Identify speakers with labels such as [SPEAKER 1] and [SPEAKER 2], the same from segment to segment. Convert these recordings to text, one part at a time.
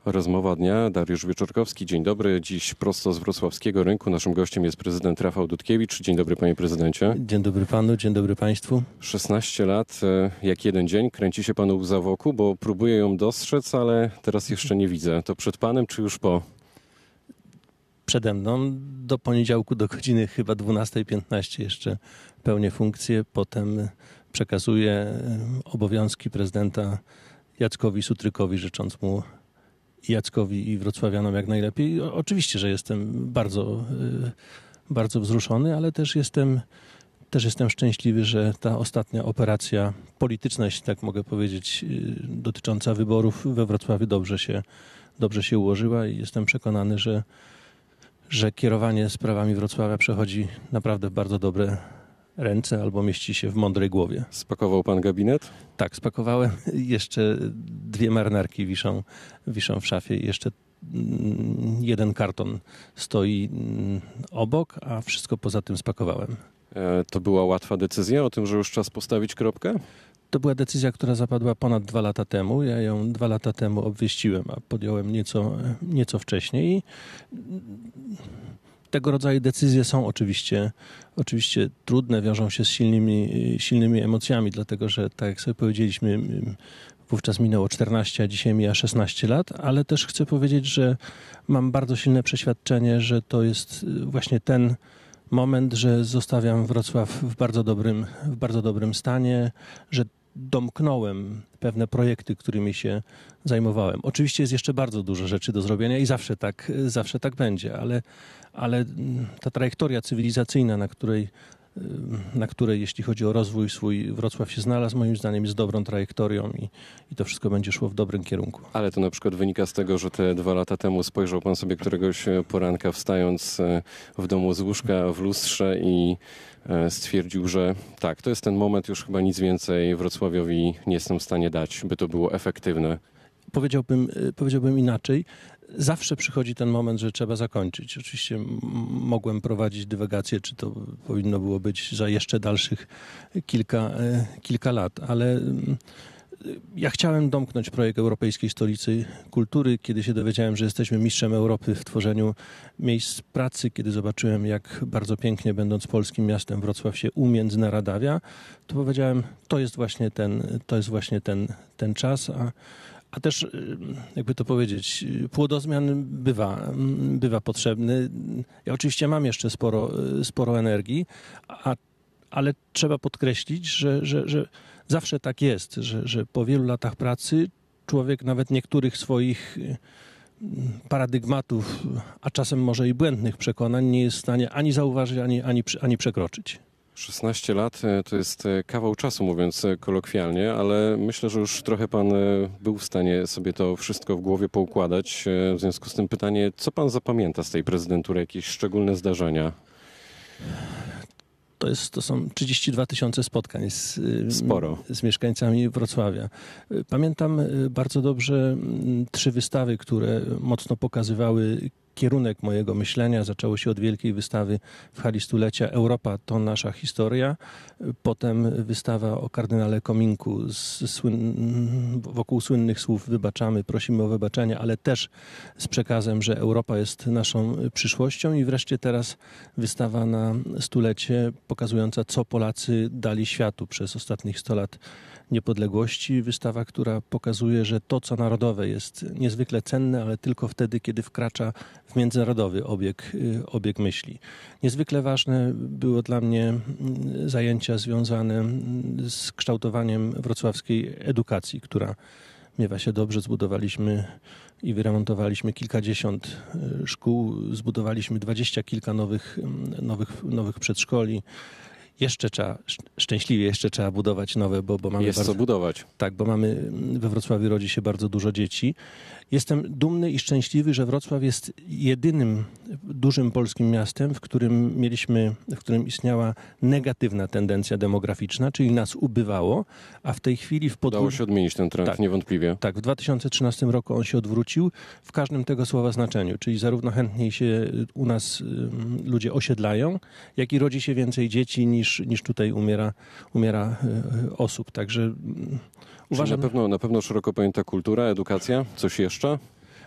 [SPEAKER 1] Rozmowa dnia. Dariusz Wieczorkowski. Dzień dobry. Dziś prosto z wrocławskiego rynku. Naszym gościem jest prezydent Rafał Dudkiewicz. Dzień dobry, panie prezydencie.
[SPEAKER 2] Dzień dobry panu, dzień dobry państwu.
[SPEAKER 1] 16 lat, jak jeden dzień. Kręci się panu łza w oku, bo próbuję ją dostrzec, ale teraz jeszcze nie widzę. To przed panem, czy już po?
[SPEAKER 2] Przede mną do poniedziałku do godziny chyba 12:15 jeszcze pełnię funkcję. Potem przekazuję obowiązki prezydenta Jackowi Sutrykowi, życząc mu i Jackowi i wrocławianom jak najlepiej. Oczywiście, że jestem bardzo wzruszony, ale też jestem szczęśliwy, że ta ostatnia operacja polityczna, jeśli tak mogę powiedzieć, dotycząca wyborów we Wrocławiu dobrze się ułożyła i jestem przekonany, że kierowanie sprawami Wrocławia przechodzi naprawdę w bardzo dobre ręce albo mieści się w mądrej głowie.
[SPEAKER 1] Spakował pan gabinet?
[SPEAKER 2] Tak, spakowałem. Jeszcze 2 marynarki wiszą w szafie. Jeszcze jeden karton stoi obok, a wszystko poza tym spakowałem.
[SPEAKER 1] To była łatwa decyzja o tym, że już czas postawić kropkę?
[SPEAKER 2] To była decyzja, która zapadła ponad 2 lata temu. Ja ją 2 lata temu obwieściłem, a podjąłem nieco wcześniej. Tego rodzaju decyzje są oczywiście trudne, wiążą się z silnymi emocjami, dlatego że, tak jak sobie powiedzieliśmy, wówczas minęło 14, a dzisiaj mija 16 lat, ale też chcę powiedzieć, że mam bardzo silne przeświadczenie, że to jest właśnie ten moment, że zostawiam Wrocław w bardzo dobrym stanie, że domknąłem pewne projekty, którymi się zajmowałem. Oczywiście jest jeszcze bardzo dużo rzeczy do zrobienia i zawsze tak będzie, ale ta trajektoria cywilizacyjna, na której jeśli chodzi o rozwój swój Wrocław się znalazł, moim zdaniem jest dobrą trajektorią i to wszystko będzie szło w dobrym kierunku.
[SPEAKER 1] Ale to na przykład wynika z tego, że te 2 lata temu spojrzał pan sobie któregoś poranka wstając w domu z łóżka w lustrze i stwierdził, że tak, to jest ten moment, już chyba nic więcej Wrocławiowi nie jestem w stanie dać, by to było efektywne.
[SPEAKER 2] Powiedziałbym inaczej. Zawsze przychodzi ten moment, że trzeba zakończyć. Oczywiście mogłem prowadzić dywagację, czy to powinno było być za jeszcze dalszych kilka lat, ale ja chciałem domknąć projekt Europejskiej Stolicy Kultury, kiedy się dowiedziałem, że jesteśmy mistrzem Europy w tworzeniu miejsc pracy, kiedy zobaczyłem, jak bardzo pięknie, będąc polskim miastem, Wrocław się umiędzynaradawia, to powiedziałem, to jest właśnie ten czas, a też, jakby to powiedzieć, płodozmian bywa potrzebny. Ja oczywiście mam jeszcze sporo energii, ale trzeba podkreślić, że zawsze tak jest, że po wielu latach pracy człowiek nawet niektórych swoich paradygmatów, a czasem może i błędnych przekonań nie jest w stanie ani zauważyć, ani przekroczyć.
[SPEAKER 1] 16 lat to jest kawał czasu, mówiąc kolokwialnie, ale myślę, że już trochę pan był w stanie sobie to wszystko w głowie poukładać. W związku z tym pytanie, co pan zapamięta z tej prezydentury? Jakieś szczególne zdarzenia?
[SPEAKER 2] To są 32 000 spotkań z mieszkańcami Wrocławia. Pamiętam bardzo dobrze 3 wystawy, które mocno pokazywały kierunek mojego myślenia. Zaczęło się od wielkiej wystawy w hali stulecia Europa to nasza historia. Potem wystawa o kardynale Kominku wokół słynnych słów wybaczamy, prosimy o wybaczenie, ale też z przekazem, że Europa jest naszą przyszłością. I wreszcie teraz wystawa na stulecie pokazująca, co Polacy dali światu przez ostatnich 100 lat niepodległości. Wystawa, która pokazuje, że to, co narodowe, jest niezwykle cenne, ale tylko wtedy, kiedy wkracza w międzynarodowy obieg myśli. Niezwykle ważne było dla mnie zajęcia związane z kształtowaniem wrocławskiej edukacji, która miewa się dobrze. Zbudowaliśmy i wyremontowaliśmy kilkadziesiąt szkół, zbudowaliśmy 20 kilka nowych przedszkoli. Szczęśliwie jeszcze trzeba budować nowe, bo mamy
[SPEAKER 1] co budować.
[SPEAKER 2] Tak, bo we Wrocławiu rodzi się bardzo dużo dzieci. Jestem dumny i szczęśliwy, że Wrocław jest jedynym dużym polskim miastem, w którym istniała negatywna tendencja demograficzna, czyli nas ubywało, a w tej chwili
[SPEAKER 1] udało się odmienić ten trend, tak, niewątpliwie.
[SPEAKER 2] Tak, w 2013 roku on się odwrócił w każdym tego słowa znaczeniu, czyli zarówno chętniej się u nas ludzie osiedlają, jak i rodzi się więcej dzieci niż tutaj umiera osób. Także uważam...
[SPEAKER 1] Na pewno szeroko pojęta kultura, edukacja, coś jeszcze?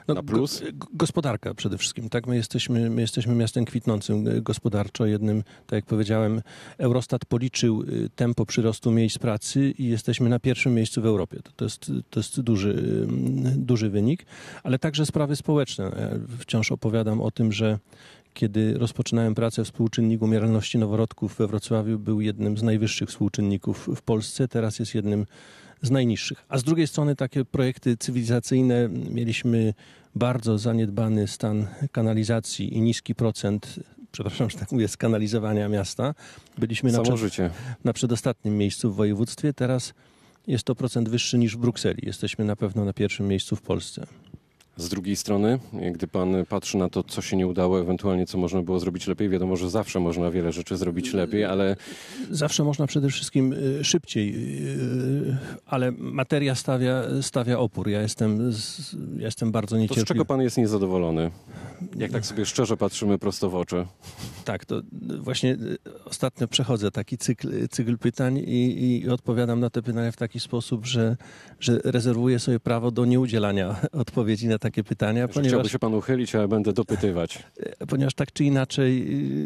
[SPEAKER 1] Na plus?
[SPEAKER 2] Gospodarka przede wszystkim. Tak? My jesteśmy miastem kwitnącym gospodarczo. Jednym, tak jak powiedziałem, Eurostat policzył tempo przyrostu miejsc pracy i jesteśmy na pierwszym miejscu w Europie. To jest duży wynik, ale także sprawy społeczne. Ja wciąż opowiadam o tym, że kiedy rozpoczynałem pracę, współczynnik umieralności noworodków we Wrocławiu był jednym z najwyższych współczynników w Polsce, teraz jest jednym z najniższych. A z drugiej strony takie projekty cywilizacyjne, mieliśmy bardzo zaniedbany stan kanalizacji i niski procent, przepraszam, że tak mówię, skanalizowania miasta. Byliśmy na przedostatnim miejscu w województwie, teraz jest to procent wyższy niż w Brukseli. Jesteśmy na pewno na pierwszym miejscu w Polsce.
[SPEAKER 1] Z drugiej strony, gdy pan patrzy na to, co się nie udało, ewentualnie co można było zrobić lepiej, wiadomo, że zawsze można wiele rzeczy zrobić lepiej, ale...
[SPEAKER 2] Zawsze można przede wszystkim szybciej, ale materia stawia opór. Ja jestem bardzo niecierpliwy.
[SPEAKER 1] To z czego pan jest niezadowolony? Jak tak sobie szczerze patrzymy prosto w oczy?
[SPEAKER 2] Tak, to właśnie ostatnio przechodzę taki cykl pytań i odpowiadam na te pytania w taki sposób, że rezerwuję sobie prawo do nieudzielania odpowiedzi na takie pytania.
[SPEAKER 1] Chciałby się pan uchylić, ale będę dopytywać.
[SPEAKER 2] Ponieważ tak czy inaczej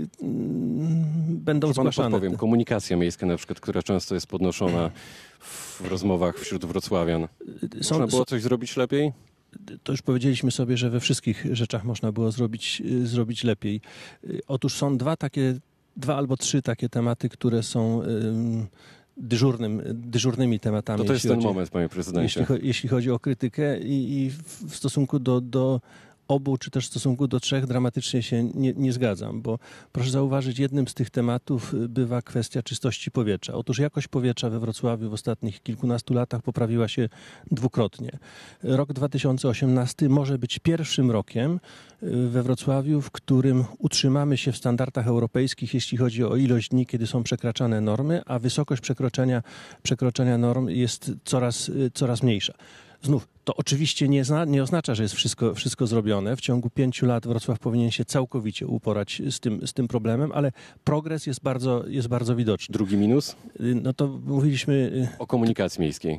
[SPEAKER 2] będą zgłaszane.
[SPEAKER 1] Podpowiem, komunikacja miejska na przykład, która często jest podnoszona w rozmowach wśród wrocławian. Można było coś zrobić lepiej?
[SPEAKER 2] To już powiedzieliśmy sobie, że we wszystkich rzeczach można było zrobić lepiej. Otóż są dwa albo trzy takie tematy, które są dyżurnymi tematami.
[SPEAKER 1] To jest ten moment, panie prezydencie.
[SPEAKER 2] Jeśli chodzi o krytykę i w stosunku do obu, czy też w stosunku do trzech dramatycznie się nie zgadzam, bo proszę zauważyć, jednym z tych tematów bywa kwestia czystości powietrza. Otóż jakość powietrza we Wrocławiu w ostatnich kilkunastu latach poprawiła się dwukrotnie. Rok 2018 może być pierwszym rokiem we Wrocławiu, w którym utrzymamy się w standardach europejskich, jeśli chodzi o ilość dni, kiedy są przekraczane normy, a wysokość przekroczenia norm jest coraz mniejsza. Znów, to oczywiście nie oznacza, że jest wszystko zrobione. W ciągu 5 lat Wrocław powinien się całkowicie uporać z tym problemem, ale progres jest bardzo widoczny.
[SPEAKER 1] Drugi minus?
[SPEAKER 2] No to mówiliśmy...
[SPEAKER 1] O komunikacji miejskiej.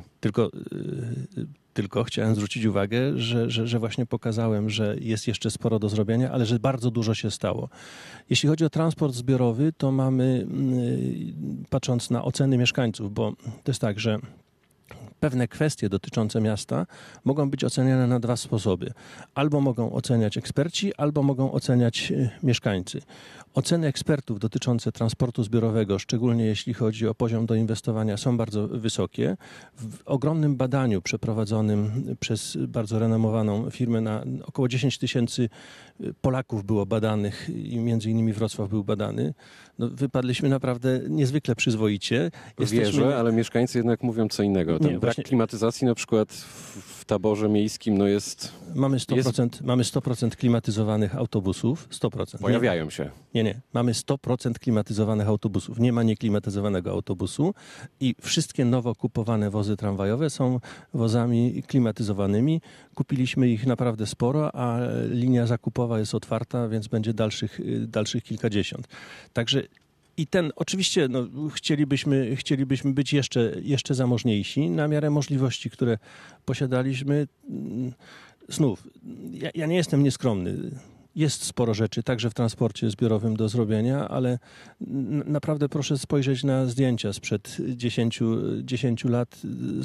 [SPEAKER 2] Tylko chciałem zwrócić uwagę, że właśnie pokazałem, że jest jeszcze sporo do zrobienia, ale że bardzo dużo się stało. Jeśli chodzi o transport zbiorowy, to mamy, patrząc na oceny mieszkańców, bo to jest tak, że pewne kwestie dotyczące miasta mogą być oceniane na dwa sposoby. Albo mogą oceniać eksperci, albo mogą oceniać mieszkańcy. Oceny ekspertów dotyczące transportu zbiorowego, szczególnie jeśli chodzi o poziom doinwestowania, są bardzo wysokie. W ogromnym badaniu przeprowadzonym przez bardzo renomowaną firmę na około 10 000 Polaków było badanych i między innymi Wrocław był badany. No, wypadliśmy naprawdę niezwykle przyzwoicie.
[SPEAKER 1] Wierzę, ale mieszkańcy jednak mówią co innego. Ten brak klimatyzacji na przykład w taborze miejskim jest...
[SPEAKER 2] Mamy 100% klimatyzowanych autobusów. 100%.
[SPEAKER 1] Pojawiają się.
[SPEAKER 2] Nie. Mamy 100% klimatyzowanych autobusów. Nie ma nieklimatyzowanego autobusu i wszystkie nowo kupowane wozy tramwajowe są wozami klimatyzowanymi. Kupiliśmy ich naprawdę sporo, a linia zakupowa jest otwarta, więc będzie dalszych kilkadziesiąt. Także oczywiście chcielibyśmy być jeszcze zamożniejsi na miarę możliwości, które posiadaliśmy. Znów, ja nie jestem nieskromny. Jest sporo rzeczy, także w transporcie zbiorowym do zrobienia, ale naprawdę proszę spojrzeć na zdjęcia sprzed 10 lat.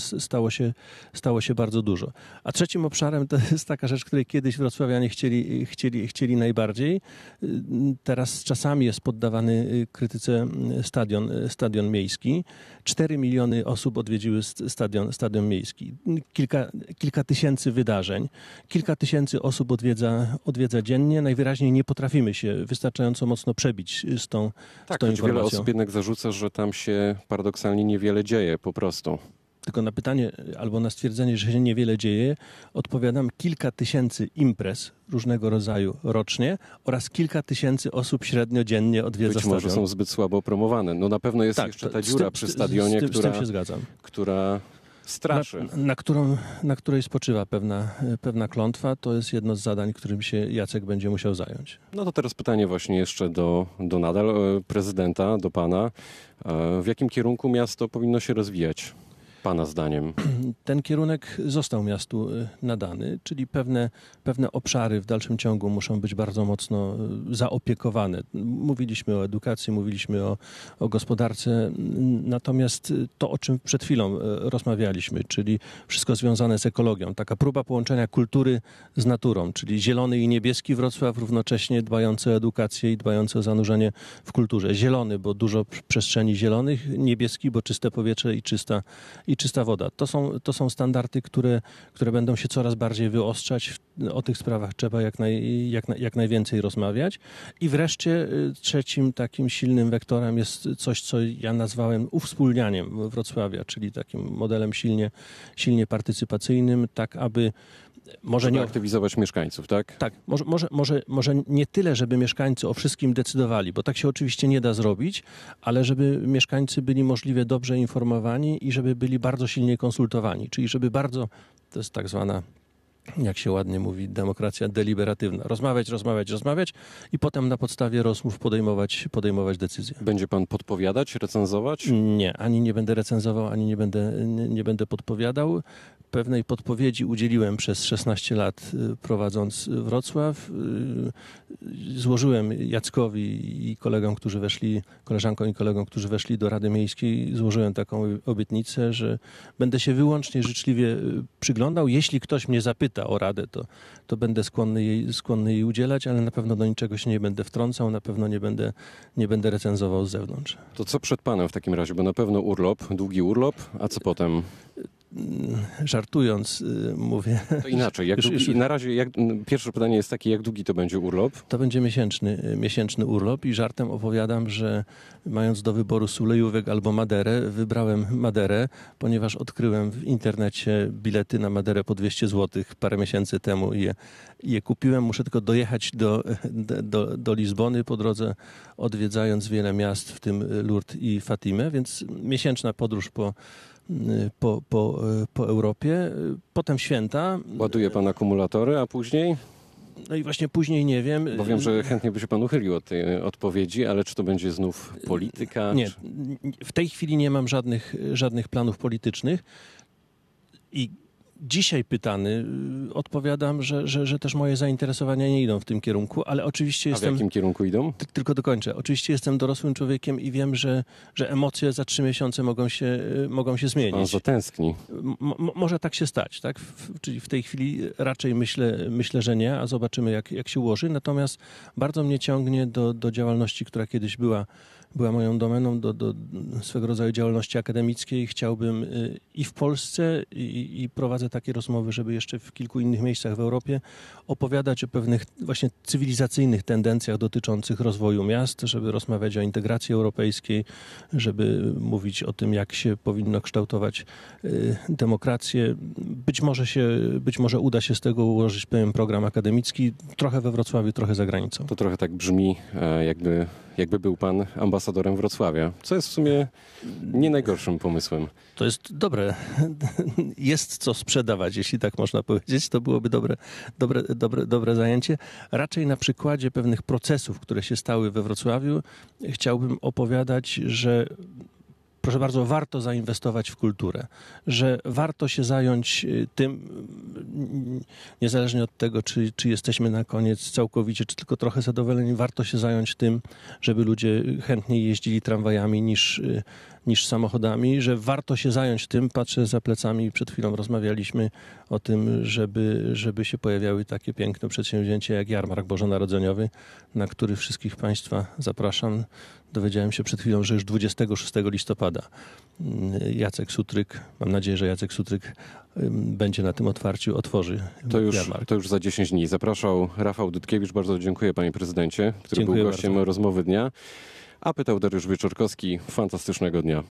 [SPEAKER 2] Stało się bardzo dużo. A trzecim obszarem to jest taka rzecz, której kiedyś wrocławianie chcieli najbardziej. Teraz czasami jest poddawany krytyce stadion miejski. 4 miliony osób odwiedziły stadion miejski. Kilka tysięcy wydarzeń. Kilka tysięcy osób odwiedza dziennie. Najwyraźniej nie potrafimy się wystarczająco mocno przebić z tą informacją.
[SPEAKER 1] Wiele osób jednak zarzuca, że tam się paradoksalnie niewiele dzieje po prostu.
[SPEAKER 2] Tylko na pytanie albo na stwierdzenie, że się niewiele dzieje, odpowiadam: kilka tysięcy imprez różnego rodzaju rocznie oraz kilka tysięcy osób średnio dziennie odwiedza stadion.
[SPEAKER 1] Być może są zbyt słabo promowane. No na pewno jest jeszcze ta dziura przy stadionie,
[SPEAKER 2] z tym się zgadzam.
[SPEAKER 1] Która straszy.
[SPEAKER 2] Na której spoczywa pewna klątwa. To jest jedno z zadań, którym się Jacek będzie musiał zająć.
[SPEAKER 1] No to teraz pytanie właśnie jeszcze do prezydenta, do pana. W jakim kierunku miasto powinno się rozwijać? Pana zdaniem?
[SPEAKER 2] Ten kierunek został miastu nadany, czyli pewne obszary w dalszym ciągu muszą być bardzo mocno zaopiekowane. Mówiliśmy o edukacji, mówiliśmy o gospodarce, natomiast to, o czym przed chwilą rozmawialiśmy, czyli wszystko związane z ekologią, taka próba połączenia kultury z naturą, czyli zielony i niebieski Wrocław, równocześnie dbający o edukację i dbający o zanurzenie w kulturze. Zielony, bo dużo przestrzeni zielonych, niebieski, bo czyste powietrze i czysta woda. To są standardy, które będą się coraz bardziej wyostrzać. O tych sprawach trzeba jak najwięcej rozmawiać. I wreszcie trzecim takim silnym wektorem jest coś, co ja nazwałem uwspólnianiem Wrocławia, czyli takim modelem silnie partycypacyjnym, tak aby może nie
[SPEAKER 1] aktywizować mieszkańców, tak?
[SPEAKER 2] Tak, może nie tyle, żeby mieszkańcy o wszystkim decydowali, bo tak się oczywiście nie da zrobić, ale żeby mieszkańcy byli możliwie dobrze informowani i żeby byli bardzo silnie konsultowani, czyli żeby to jest tak zwana, jak się ładnie mówi, demokracja deliberatywna. Rozmawiać i potem na podstawie rozmów podejmować decyzje.
[SPEAKER 1] Będzie pan podpowiadać, recenzować?
[SPEAKER 2] Nie, ani nie będę recenzował, ani nie będę podpowiadał. Pewnej podpowiedzi udzieliłem przez 16 lat prowadząc Wrocław. Złożyłem Jackowi i koleżankom i kolegom, którzy weszli do Rady Miejskiej, złożyłem taką obietnicę, że będę się wyłącznie życzliwie przyglądał. Jeśli ktoś mnie zapyta o radę, to będę skłonny jej udzielać, ale na pewno do niczego się nie będę wtrącał, na pewno nie będę recenzował z zewnątrz.
[SPEAKER 1] To co przed panem w takim razie? Bo na pewno długi urlop, a co potem?
[SPEAKER 2] Żartując mówię...
[SPEAKER 1] To inaczej. Na razie pierwsze pytanie jest takie, jak długi to będzie urlop?
[SPEAKER 2] To będzie miesięczny urlop i żartem opowiadam, że mając do wyboru Sulejówek albo Maderę, wybrałem Maderę, ponieważ odkryłem w internecie bilety na Maderę po 200 zł parę miesięcy temu i je kupiłem. Muszę tylko dojechać do Lizbony po drodze, odwiedzając wiele miast, w tym Lourdes i Fatimę, więc miesięczna podróż po Europie. Potem święta.
[SPEAKER 1] Ładuje pan akumulatory, a później?
[SPEAKER 2] No i właśnie później nie wiem.
[SPEAKER 1] Bo wiem, że chętnie by się pan uchylił od tej odpowiedzi, ale czy to będzie znów polityka?
[SPEAKER 2] Nie, w tej chwili nie mam żadnych planów politycznych i dzisiaj pytany odpowiadam, że też moje zainteresowania nie idą w tym kierunku, ale oczywiście jestem...
[SPEAKER 1] A w jakim kierunku idą?
[SPEAKER 2] Tylko dokończę. Oczywiście jestem dorosłym człowiekiem i wiem, że emocje za 3 miesiące mogą się zmienić.
[SPEAKER 1] Pan zatęskni.
[SPEAKER 2] Może tak się stać, tak? Czyli w tej chwili raczej myślę, że nie, a zobaczymy jak się ułoży. Natomiast bardzo mnie ciągnie do działalności, która kiedyś była moją domeną, do swego rodzaju działalności akademickiej. Chciałbym i w Polsce i prowadzę takie rozmowy, żeby jeszcze w kilku innych miejscach w Europie opowiadać o pewnych właśnie cywilizacyjnych tendencjach dotyczących rozwoju miast, żeby rozmawiać o integracji europejskiej, żeby mówić o tym, jak się powinno kształtować demokrację. Być może uda się z tego ułożyć pewien program akademicki, trochę we Wrocławiu, trochę za granicą.
[SPEAKER 1] To trochę tak brzmi, jakby był pan ambasadorem Wrocławia, co jest w sumie nie najgorszym pomysłem.
[SPEAKER 2] To jest dobre. Jest co sprzedawać, jeśli tak można powiedzieć. To byłoby dobre zajęcie. Raczej na przykładzie pewnych procesów, które się stały we Wrocławiu, chciałbym opowiadać, że proszę bardzo, warto zainwestować w kulturę, że warto się zająć tym, niezależnie od tego, czy jesteśmy na koniec całkowicie, czy tylko trochę zadowoleni, warto się zająć tym, żeby ludzie chętniej jeździli tramwajami niż samochodami, że warto się zająć tym, patrzę za plecami, przed chwilą rozmawialiśmy o tym, żeby się pojawiały takie piękne przedsięwzięcia jak Jarmark Bożonarodzeniowy, na który wszystkich Państwa zapraszam. Dowiedziałem się przed chwilą, że już 26 listopada Jacek Sutryk, mam nadzieję, że Jacek Sutryk będzie na tym otwarciu, otworzy jarmark.
[SPEAKER 1] To już za 10 dni. Zapraszał Rafał Dudkiewicz. Bardzo dziękuję, panie prezydencie, który był gościem rozmowy dnia. A pytał Dariusz Wieczorkowski. Fantastycznego dnia.